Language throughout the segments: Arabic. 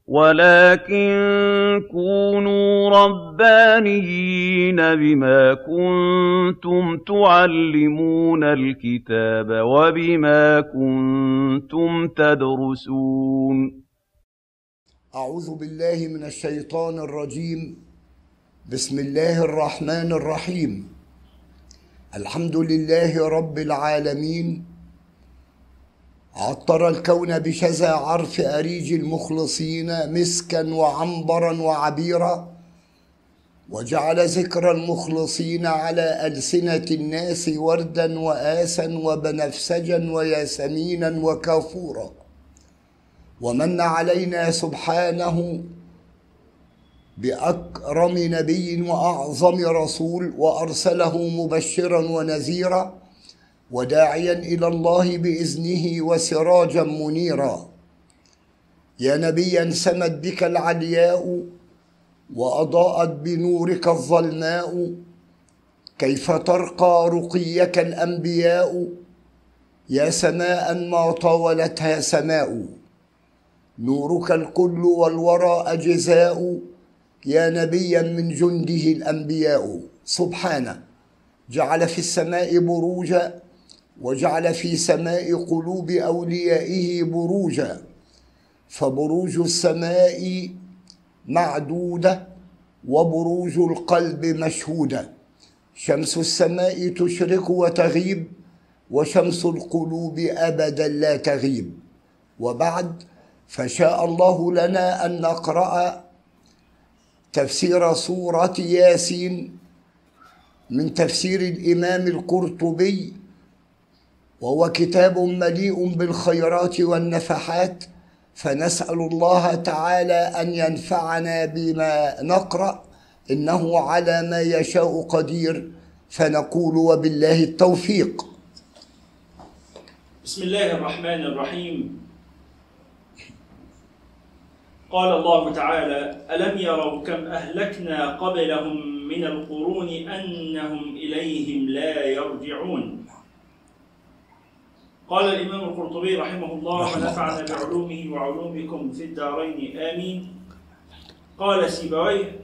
وَلَٰكِن كُونُوا رَبَّانِيِّينَ بِمَا كُنتُمْ تُعَلِّمُونَ الْكِتَابَ وَبِمَا كُنتُمْ تَدْرُسُونَ أعوذ بالله من الشيطان الرجيم. بسم الله الرحمن الرحيم. الحمد لله رب العالمين، عطر الكون بشذا عرف أريج المخلصين مسكا وعنبرا وعبيرا، وجعل ذكر المخلصين على ألسنة الناس وردا وآسا وبنفسجا وياسمينا وكافورا، ومن علينا سبحانه بأكرم نبي وأعظم رسول، وأرسله مبشرا ونذيرا وداعيا إلى الله بإذنه وسراجا منيرا. يا نبيا سمت بك العلياء وأضاءت بنورك الظلماء، كيف ترقى رقيك الأنبياء؟ يا سماء ما طاولتها سماء، نورك الكل والورى أجزاء. يا نبيا من جنده الأنبياء، سبحانه جعل في السماء بروجا، وجعل في سماء قلوب أوليائه بروجا، فبروج السماء معدودة وبروج القلب مشهودة. شمس السماء تشرق وتغيب، وشمس القلوب أبدا لا تغيب. وبعد، فشاء الله لنا أن نقرأ تفسير سورة ياسين من تفسير الإمام القرطبي، وهو كتاب مليء بالخيرات والنفحات، فنسأل الله تعالى أن ينفعنا بما نقرأ، إنه على ما يشاء قدير، فنقول وبالله التوفيق. بسم الله الرحمن الرحيم. قال الله تعالى: ألم يروا كم أهلكنا قبلهم من القرون أنهم إليهم لا يرجعون. قال الإمام القرطبي رحمه الله ونفعنا بعلومه وعلومكم في الدارين آمين. قال سيبويه: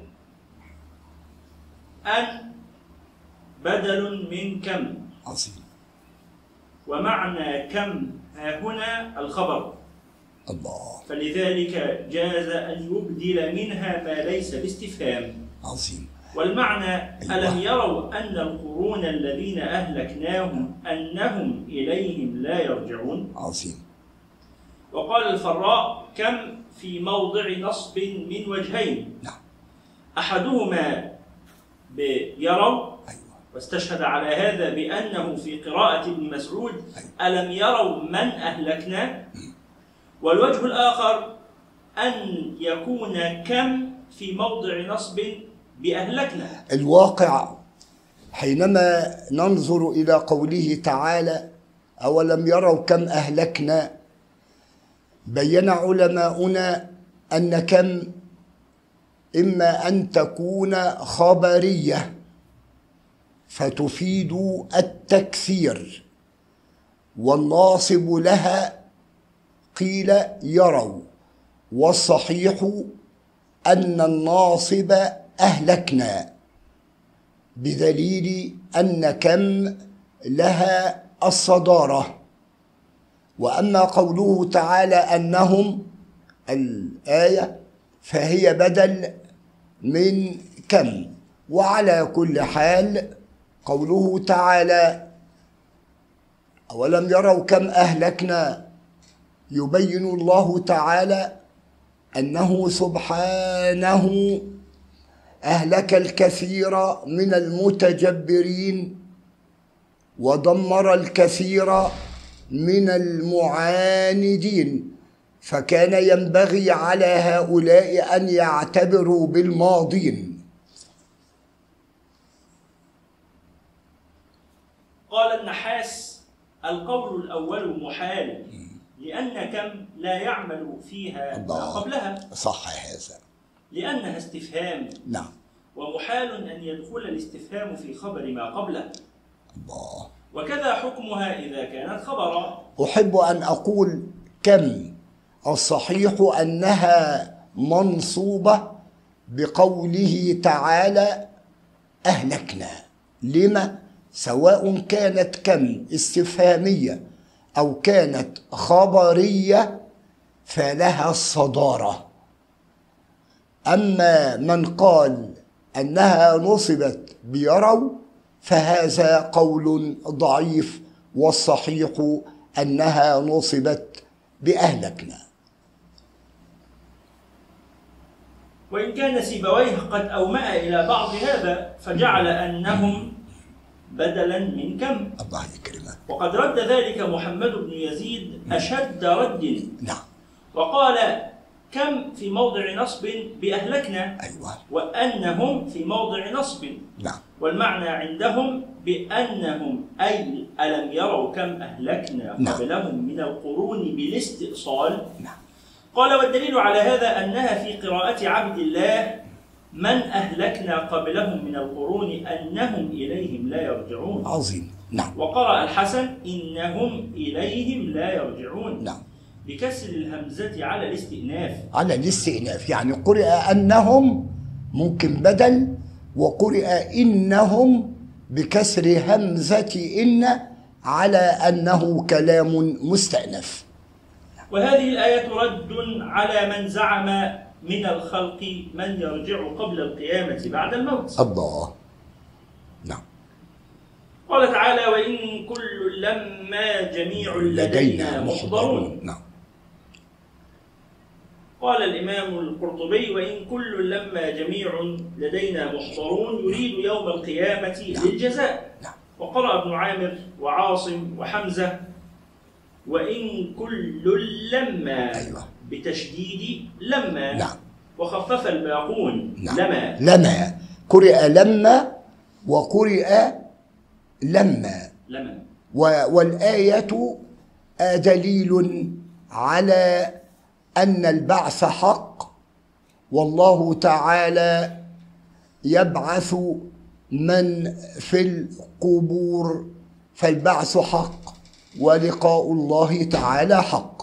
أن بدل من كم، ومعنى كم ها هنا الخبر، الله، فلذلك جاز أن يبدل منها ما ليس باستفهام. عظيم. والمعنى: ألم يروا أن القرون الذين أهلكناهم أنهم إليهم لا يرجعون. عظيم. وقال الفراء: كم في موضع نصب من وجهين، نعم، أحدهما بيروا، واستشهد على هذا بأنه في قراءة ابن مسعود: ألم يروا من أهلكنا. والوجه الآخر أن يكون كم في موضع نصب بأهلكنا. الواقع حينما ننظر إلى قوله تعالى: أولم يروا كم أهلكنا، بين علماؤنا أن كم إما أن تكون خبرية فتفيد التكثير، والناصب لها قيل يروا، والصحيح أن الناصب أهلكنا، بدليل أن كم لها الصدارة. وأما قوله تعالى أنهم الآية فهي بدل من كم. وعلى كل حال قوله تعالى أولم يروا كم أهلكنا يبين الله تعالى أنه سبحانه أهلك الكثير من المتجبرين ودمر الكثير من المعاندين، فكان ينبغي على هؤلاء أن يعتبروا بالماضين. قال النحاس: القول الأول محال، لأن كم لا يعمل فيها ما قبلها. صح هذا، لأنها استفهام. نعم. ومحال أن يدخل الاستفهام في خبر ما قبله. الله. وكذا حكمها إذا كانت خبرا. أحب أن أقول كم الصحيح أنها منصوبة بقوله تعالى أهلكنا. لما؟ سواء كانت كم استفهامية أو كانت خبرية فلها الصدارة. أما من قال أنها نصبت بيروا فهذا قول ضعيف، والصحيح أنها نصبت بأهلكنا. وإن كان سيبويه قد أومأ إلى بعض هذا فجعل أنهم بدلا من كم. الله يكرمك. وقد رد ذلك محمد بن يزيد أشد رد. نعم. وقال كم في موضع نصب بأهلكنا. أيوة. وأنهم في موضع نصب. نعم. والمعنى عندهم بأنهم أي ألم يروا كم أهلكنا قبلهم من القرون بالاستئصال. نعم. قال والدليل على هذا أنها في قراءة عبد الله من أهلكنا قبلهم من القرون أنهم إليهم لا يرجعون. عظيم. نعم. وقرأ الحسن إنهم إليهم لا يرجعون. نعم. بكسر الهمزة على الاستئناف. على الاستئناف، يعني قرئ أنهم ممكن بدل، وقرئ إنهم بكسر همزة إن على أنه كلام مستأنف. وهذه الآية رد على من زعم من الخلق من يرجع قبل القيامة بعد الموت. الله. نعم. قال تعالى وإن كل لما جميع لدينا محضرون. نعم. قال الإمام القرطبي وإن كل لما جميع لدينا محضرون يريد يوم القيامة للجزاء. نعم. وقرأ ابن عامر وعاصم وحمزة وإن كل لما بتشديد لما. نعم. وخفف الباقون لما. لما قرئ لما وقرئ لما. والآية دليل على أن البعث حق، والله تعالى يبعث من في القبور، فالبعث حق ولقاء الله تعالى حق.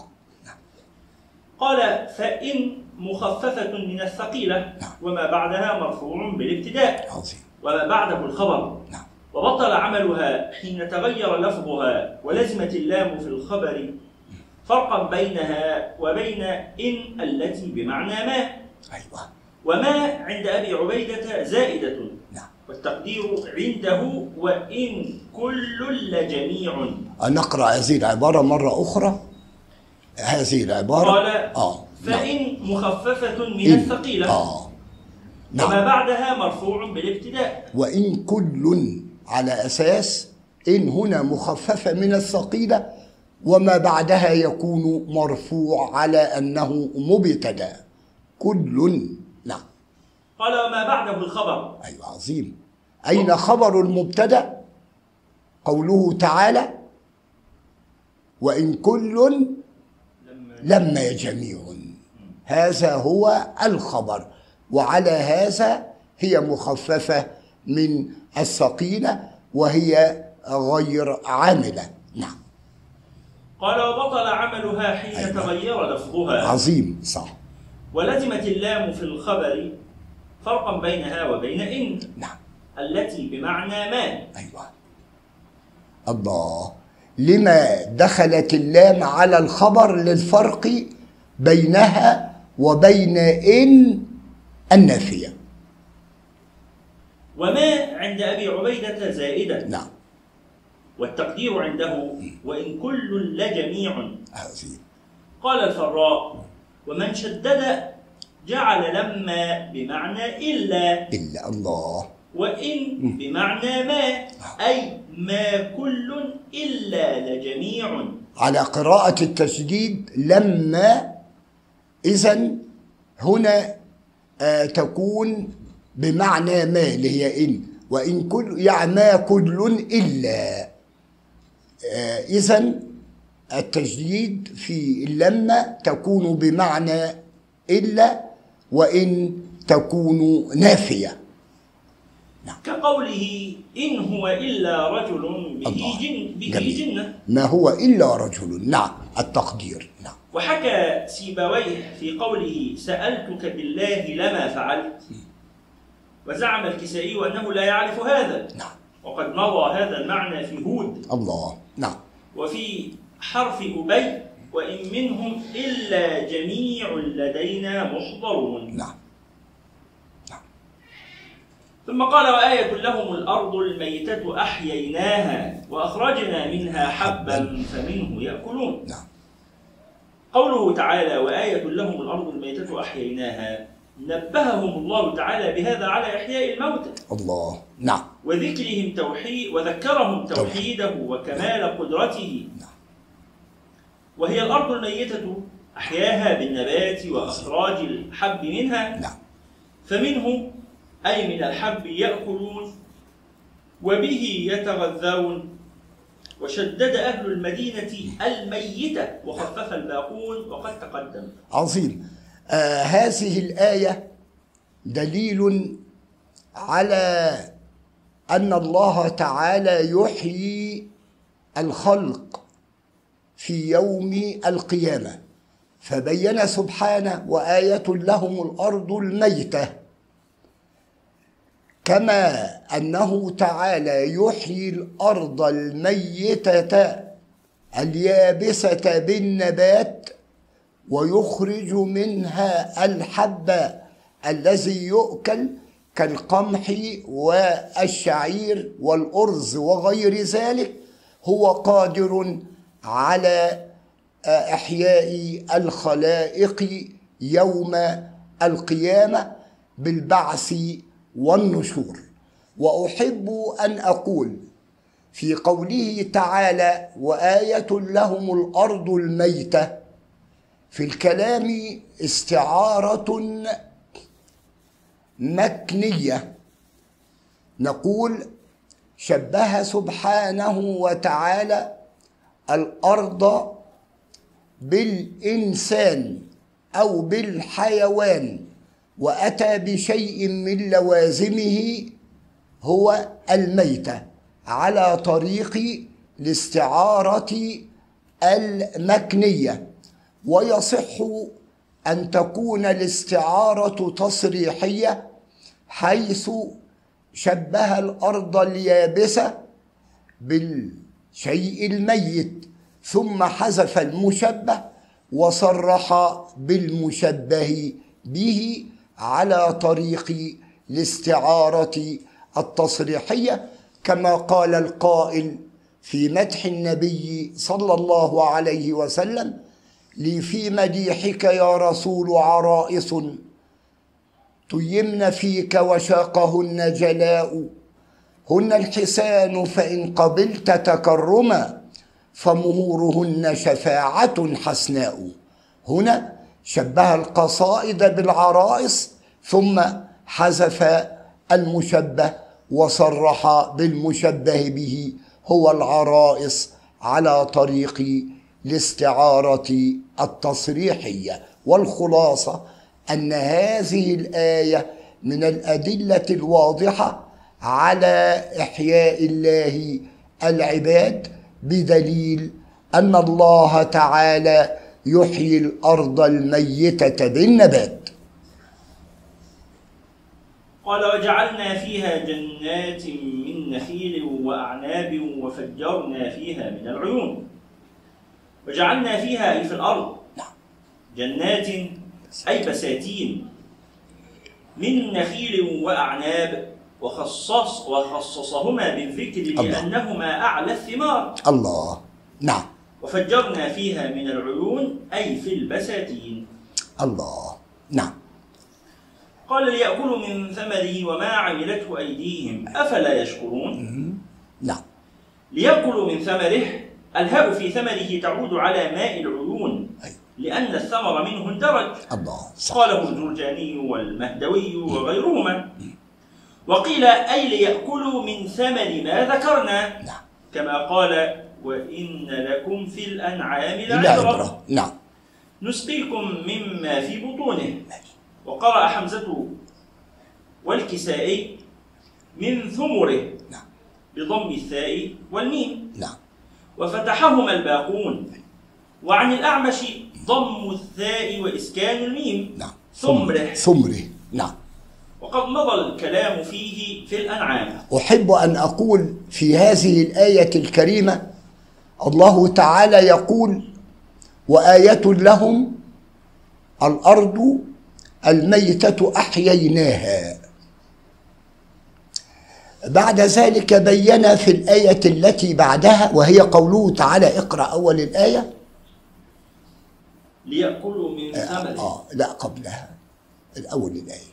قال فإن مخففة من الثقيلة وما بعدها مرفوع بالابتداء وما بعده الخبر. وبطل عملها حين تغير لفظها ولزمت اللام في الخبر فرقا بينها وبين إن التي بمعنى ما. أيوة. وما عند أبي عبيدة زائدة. والتقدير عنده وإن كل لجميع. نقرأ هذه العبارة مرة أخرى. هذه العبارة قال فإن مخففة من الثقيلة وما بعدها مرفوع بالابتداء. وإن كل على أساس إن هنا مخففة من الثقيلة وما بعدها يكون مرفوع على أنه مبتدأ. كل. نعم. قال وما بعده الخبر. أيوة. عظيم. أين خبر المبتدأ؟ قوله تعالى وإن كل لما جميع، هذا هو الخبر، وعلى هذا هي مخففة من الثقيلة وهي غير عاملة. نعم. قال وبطل عملها حين تغير لفظها. عظيم. صح. ولزمت اللام في الخبر فرقا بينها وبين إن. نعم. التي بمعنى ما. أيوة. الله. لما دخلت اللام على الخبر؟ للفرق بينها وبين إن النافية. وما عند أبي عبيدة زائدة. نعم. والتقدير عنده وإن كل لجميع. عظيم. قال الفراء ومن شدد جعل لما بمعنى إلا. الله. وإن بمعنى ما أي ما كل إلا لجميع. على قراءة التشديد لما، إذن هنا تكون بمعنى ما اللي هي إن، وإن كل يعني ما كل إلا. إذن التشديد في لما تكون بمعنى إلا وإن تكون نافية. كقوله إن هو إلا رجل به جنة. ما هو إلا رجل، نعم، التقدير. نعم. وحكى سيبويه في قوله سألتك بالله لما فعلت، وزعم الكسائي أنه لا يعرف هذا. نعم. وقد مضى هذا المعنى في هود. الله. نعم. وفي حرف أبي وإن منهم إلا جميع لدينا محضرون. نعم. ثم قال وآية لهم الأرض الميتة أحييناها وأخرجنا منها حبا فمنه يأكلون. نعم. قوله تعالى وآية لهم الأرض الميتة أحييناها نبههم الله تعالى بهذا على إحياء الموتى. الله. نعم. وذكرهم توحيده وكمال قدرته. نعم. وهي الأرض الميتة أحياها بالنبات وأخراج الحب منها. نعم. فمنه أي من الحب يأكلون وبه يتغذون. وشدد أهل المدينة الميتة وخفف الباقون وقد تقدم. عظيم. هذه الآية دليل على أن الله تعالى يحيي الخلق في يوم القيامة، فبين سبحانه وآية لهم الأرض الميتة، كما أنه تعالى يحيي الأرض الميتة اليابسة بالنبات ويخرج منها الحب الذي يؤكل كالقمح والشعير والأرز وغير ذلك. هو قادر على إحياء الخلائق يوم القيامة بالبعث والنشور. وأحب أن أقول في قوله تعالى وآية لهم الأرض الميتة، في الكلام استعارة مكنية. نقول شبه سبحانه وتعالى الأرض بالإنسان أو بالحيوان، وأتى بشيء من لوازمه هو الميتة على طريق الاستعارة المكنية. ويصح أن تكون الاستعارة تصريحية، حيث شبه الأرض اليابسة بالشيء الميت ثم حذف المشبه وصرح بالمشبه به على طريق الاستعارة التصريحية، كما قال القائل في مدح النبي صلى الله عليه وسلم لي في مديحك يا رسول عرائص تيمن فيك وشاقهن جلاء، هن الحسان فإن قبلت تكرما فمهورهن شفاعة حسناء. هنا شبه القصائد بالعرائص ثم حذف المشبه وصرح بالمشبه به هو العرائص على طريق الاستعارة التصريحية. والخلاصة أن هذه الآية من الأدلة الواضحة على إحياء الله العباد، بدليل أن الله تعالى يحيي الأرض الميتة بالنبات. قال وجعلنا فيها جنات من نخيل وأعناب وفجرنا فيها من العيون. وجعلنا فيها أي في الأرض جنات أي بساتين من نخيل وأعناب، وخصصهما بالذكر لأنهما أعلى الثمار. الله. نعم. وفجرنا فيها من العيون أي في البساتين. الله. نعم. قال ليأكلوا من ثمره وما عملته أيديهم أفلا يشكرون. نعم. ليأكلوا من ثمره، الهاء في ثمره تعود على ماء العيون لأن الثمر منه اندرج. الله. قاله الجرجاني والمهدوي وغيرهما. وقيل أي ليأكلوا من ثمر ما ذكرنا. نعم. كما قال وإن لكم في الأنعام لعبرة. نعم. نسقيكم مما في بطونه. وقرأ حمزة والكسائي من ثمره نعم. بضم الثاء والميم. نعم. وفتحهما الباقون. وعن الأعمش ضم الثاء وإسكان الميم. نعم. ثمره. نعم. وقد مضى الكلام فيه في الأنعام. أحب أن أقول في هذه الآية الكريمة الله تعالى يقول: وآية لهم الأرض الميتة أحييناها. بعد ذلك بين في الآية التي بعدها وهي قوله تعالى، اقرأ أول الآية. ليأكلوا من ثمره. لا، قبلها الأول الآية.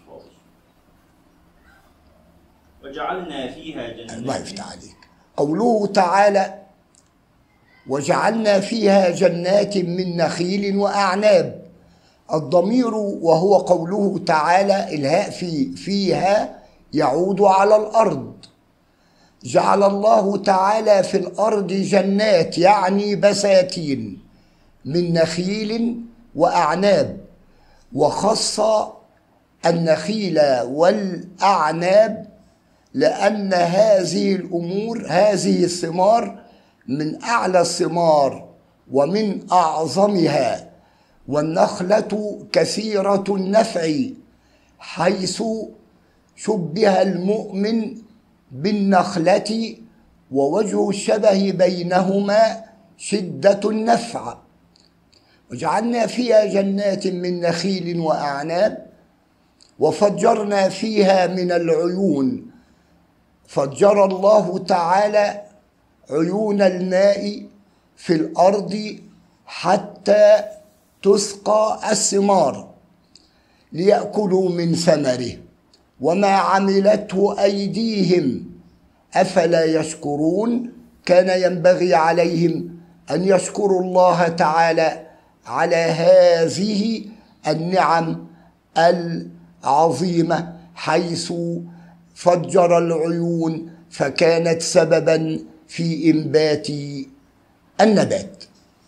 وجعلنا فيها جنات. الله يفتح عليك. قوله تعالى: وجعلنا فيها جنات من نخيل وأعناب. الضمير وهو قوله تعالى الهاء فيها يعود على الأرض. جعل الله تعالى في الأرض جنات يعني بساتين من نخيل وأعناب، وخص النخيل والأعناب لأن هذه الأمور، هذه الثمار من أعلى الثمار ومن أعظمها. والنخلة كثيرة النفع حيث شبه المؤمن بالنخلة، ووجه الشبه بينهما شدة النفع. وجعلنا فيها جنات من نخيل وأعناب وفجرنا فيها من العيون. فجر الله تعالى عيون الماء في الأرض حتى تسقى الثمار ليأكلوا من ثمره وما عملته أيديهم أفلا يشكرون. كان ينبغي عليهم أن يشكروا الله تعالى على هذه النعم العظيمة، حيث فجر العيون فكانت سببا في إنبات النبات.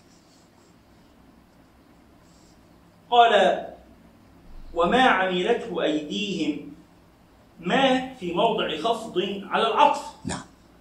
قال: وما عملته أيديهم، ما في موضع خفض على العطف. نعم.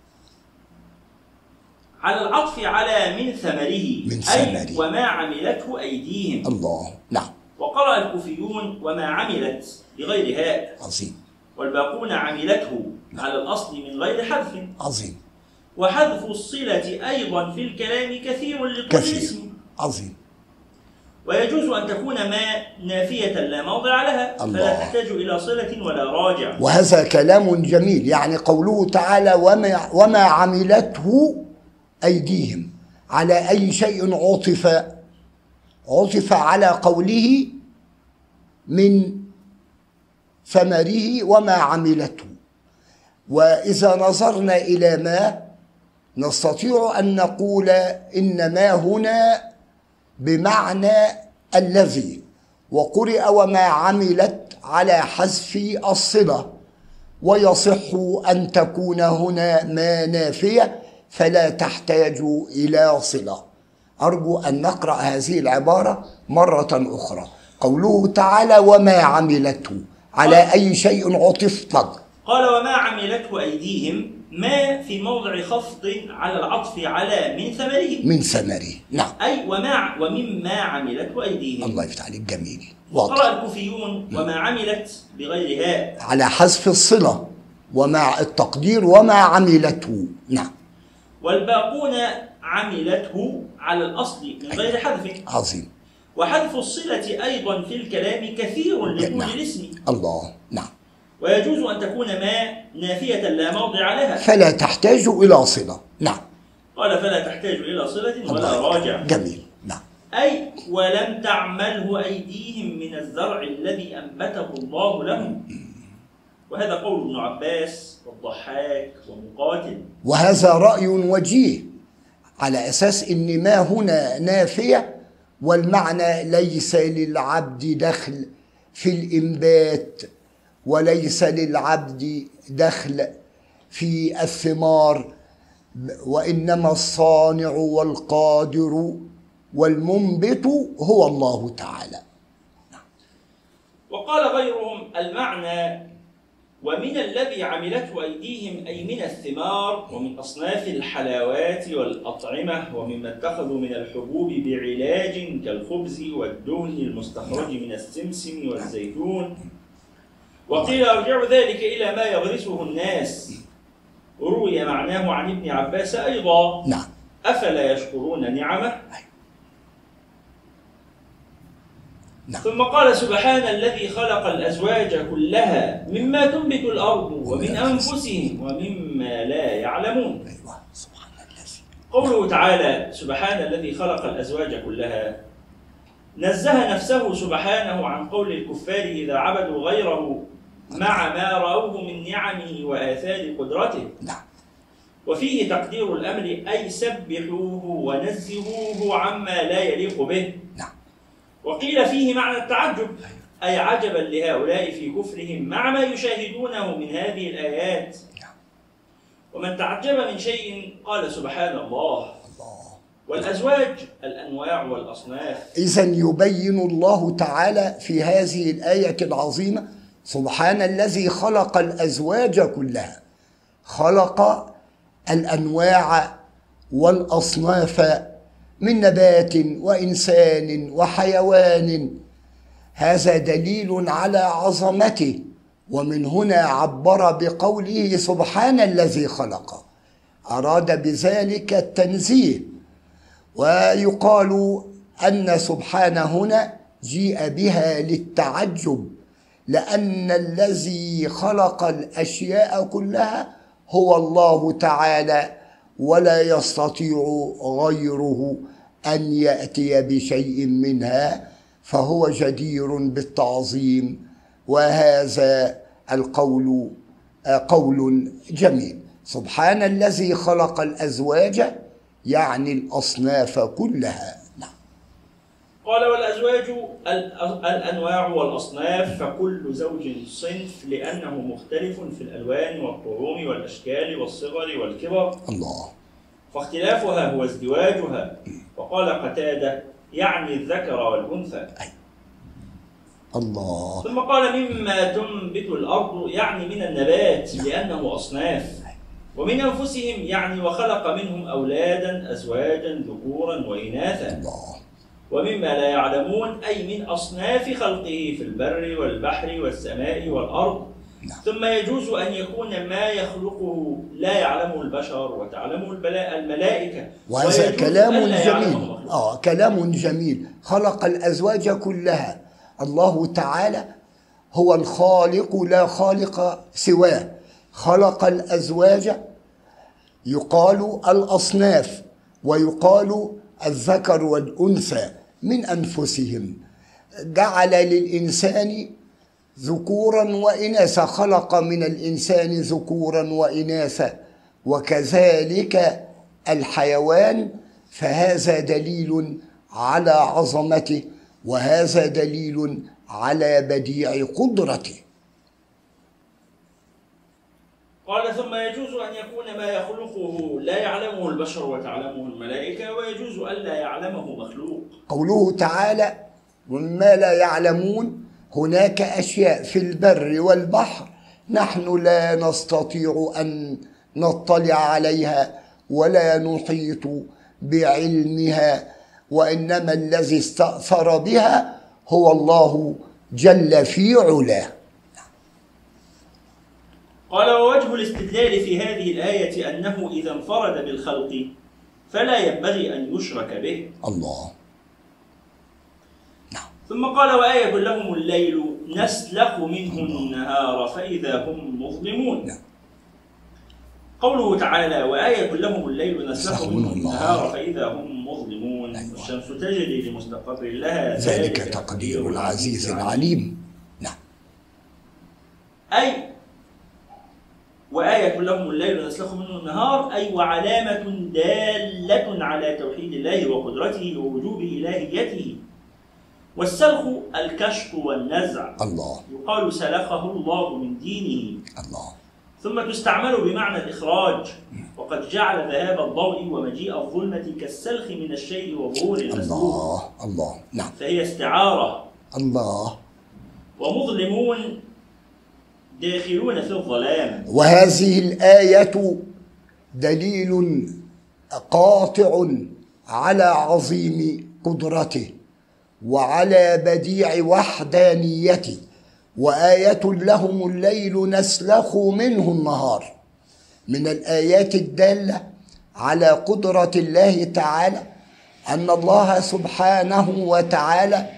على العطف على من ثمره، أي وما عملته أيديهم. الله. نعم. وقرأ الكوفيون وما عملت بغير هاء. عظيم. والباقون عملته على الأصل من غير حذف. عظيم. وحذف الصلة أيضا في الكلام كثير لكل اسم. عظيم. ويجوز أن تكون ما نافية لا موضع لها، فلا تحتاج إلى صلة ولا راجع. وهذا كلام جميل. يعني قوله تعالى وما عملته أيديهم، على أي شيء عطف على قوله من ثمره وما عملته. وإذا نظرنا إلى ما، نستطيع أن نقول إن ما هنا بمعنى الذي، وقرئ وما عملت على حذف الصلة، ويصح أن تكون هنا ما نافية فلا تحتاج إلى صلة. أرجو أن نقرأ هذه العبارة مرة أخرى. قوله تعالى وما عملته، على أي شيء عطف لك؟ قال وما عملته أيديهم، ما في موضع خفض على العطف على من ثمره. من ثمره. نعم. أي ومما عملته أيديهم. الله يفتح عليك. جميل. وقرأ الكوفيون وما عملت بغير هاء، على حذف الصلة ومع التقدير وما عملته. نعم. والباقون عملته على الأصل من غير حذف. عظيم. وحذف الصلة أيضا في الكلام كثير لكل الاسم. الله. نعم. ويجوز أن تكون ما نافية لا موضع لها، فلا تحتاج إلى صلة. نعم. قال فلا تحتاج إلى صلة ولا راجع. جميل. نعم. أي ولم تعمله أيديهم من الزرع الذي أنبته الله لهم. وهذا قول ابن عباس والضحاك ومقاتل. وهذا رأي وجيه على أساس إن ما هنا نافية، والمعنى ليس للعبد دخل في الإنبات، وليس للعبد دخل في الثمار، وإنما الصانع والقادر والمنبت هو الله تعالى. وقال غيرهم المعنى ومن الذي عملته أيديهم أي من الثمار ومن أصناف الحلاوات والأطعمة ومما اتخذوا من الحبوب بعلاج كالخبز والدهن المستخرج من السمسم والزيتون. وقيل أرجع ذلك إلى ما يغرسه الناس. روي معناه عن ابن عباس أيضا: أفلا يشكرون نعمه. ثم قال سبحان الذي خلق الأزواج كلها مما تنبت الأرض ومن أنفسهم ومما لا يعلمون. قوله تعالى سبحان الذي خلق الأزواج كلها نزه نفسه سبحانه عن قول الكفار إذا عبدوا غيره مع ما رأوه من نعمه وآثار قدرته. وفيه تقدير الأمر أي سبحوه ونزهوه عما لا يليق به. وقيل فيه معنى التعجب أي عجبا لهؤلاء في كفرهم مع ما يشاهدونه من هذه الآيات. ومن تعجب من شيء قال سبحان الله. والأزواج الأنواع والأصناف. إذن يبين الله تعالى في هذه الآية العظيمة سبحان الذي خلق الأزواج كلها، خلق الأنواع والأصناف من نبات وإنسان وحيوان. هذا دليل على عظمته، ومن هنا عبر بقوله سبحان الذي خلق، أراد بذلك التنزيه. ويقال أن سبحان هنا جيء بها للتعجب، لأن الذي خلق الأشياء كلها هو الله تعالى، ولا يستطيع غيره أن يأتي بشيء منها، فهو جدير بالتعظيم. وهذا القول قول جميل. سبحان الذي خلق الأزواج يعني الأصناف كلها. قال والأزواج الأنواع والأصناف، فكل زوج صنف لأنه مختلف في الألوان والطعوم والأشكال والصغر والكبر. الله. فاختلافها هو ازدواجها. وقال قتادة يعني الذكر والأنثى. الله. ثم قال مما تنبت الأرض يعني من النبات لأنه أصناف. ومن أنفسهم يعني وخلق منهم أولادا أزواجا ذكورا وإناثا. الله. ومما لا يعلمون أي من أصناف خلقه في البر والبحر والسماء والأرض. ثم يجوز أن يكون ما يخلقه لا يعلمه البشر وتعلمه الملائكة. وهذا كلام جميل. كلام جميل. خلق الأزواج كلها. الله تعالى هو الخالق لا خالق سواه. خلق الأزواج، يقال الأصناف ويقال الذكر والأنثى من أنفسهم. جعل للإنسان ذكورا وإناثا، خلق من الإنسان ذكورا وإناثا، وكذلك الحيوان. فهذا دليل على عظمته، وهذا دليل على بديع قدرته. قال ثم يجوز أن يكون ما يخلقه لا يعلمه البشر وتعلمه الملائكة، ويجوز ألا يعلمه مخلوق. قوله تعالى مما لا يعلمون، هناك أشياء في البر والبحر نحن لا نستطيع أن نطلع عليها ولا نحيط بعلمها، وإنما الذي استأثر بها هو الله جل في علاه. قال ووجه الاستدلال في هذه الآية أنه إذا انفرد بالخلق فلا ينبغي أن يشرك به. الله. ثم قال وآية لهم الليل نسلخ منه النهار فإذا هم مظلمون. قوله تعالى وآية لهم الليل نسلخ منه النهار فإذا هم مظلمون. والشمس تجري لمستقر لها ذلك تقدير العزيز العليم. أي وآية لهم الليل نسلخ منه النهار أي وعلامة دالة على توحيد الله وقدرته ووجوب إلهيته. والسلخ الكشف والنزع. الله. يقال سلخه الله من دينه. الله. ثم تستعمل بمعنى الإخراج، وقد جعل ذهاب الضوء ومجيء الظلمة كالسلخ من الشيء وظهور المسلوخ. الله. نعم. فهي استعارة. الله. ومظلمون داخلون في الظلام. وهذه الآية دليل قاطع على عظيم قدرته وعلى بديع وحدانيته، وآية لهم الليل نسلخ منه النهار، من الآيات الدالة على قدرة الله تعالى أن الله سبحانه وتعالى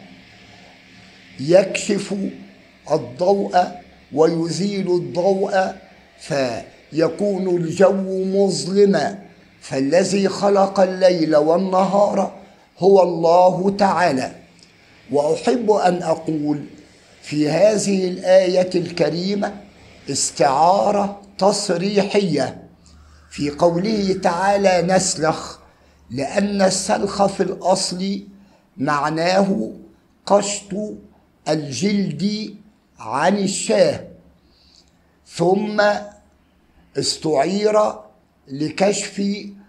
يكشف الضوء ويزيل الضوء فيكون الجو مظلما، فالذي خلق الليل والنهار هو الله تعالى. وأحب أن أقول في هذه الآية الكريمة استعارة تصريحية في قوله تعالى نسلخ، لأن السلخ في الأصل معناه قشط الجلد عن الشاه، ثم استعير لكشف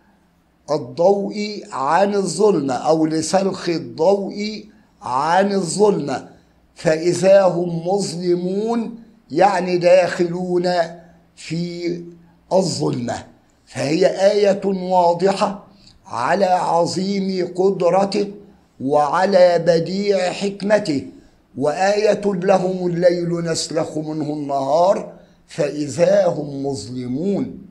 الضوء عن الظلمة أو لسلخ الضوء عن الظلمة، فإذا هم مظلمون يعني داخلون في الظلمة. فهي آية واضحة على عظيم قدرته وعلى بديع حكمته، وآية لهم الليل نسلخ منه النهار فإذا هم مظلمون.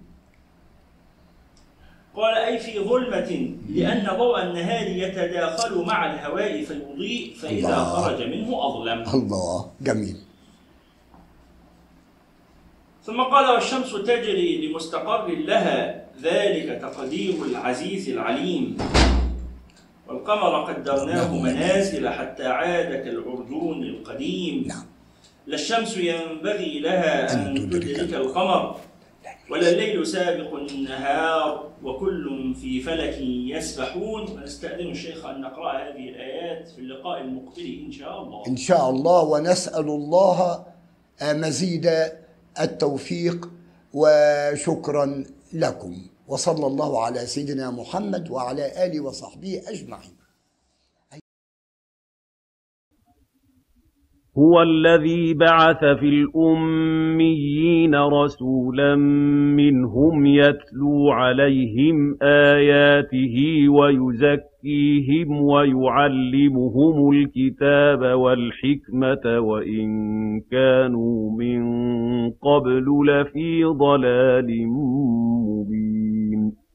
قال أي في ظلمة، لأن ضوء النهار يتداخل مع الهواء فيضيء، فإذا خرج منه أظلم. الله، جميل. ثم قال والشمس تجري لمستقر لها، ذلك تقدير العزيز العليم. والقمر قدرناه منازل حتى عاد كالعرجون القديم. لا الشمس ينبغي لها أن تدرك القمر، ولا الليل سابق النهار، وكل في فلك يسبحون. ونستأذن الشيخ أن نقرأ هذه الآيات في اللقاء المقبل إن شاء الله. إن شاء الله، ونسأل الله مزيد التوفيق، وشكرا لكم، وصلى الله على سيدنا محمد وعلى آله وصحبه أجمعين. هو الذي بعث في الأميين رسولا منهم يتلو عليهم آياته ويزكيهم ويعلمهم الكتاب والحكمة وإن كانوا من قبل لفي ضلال مبين.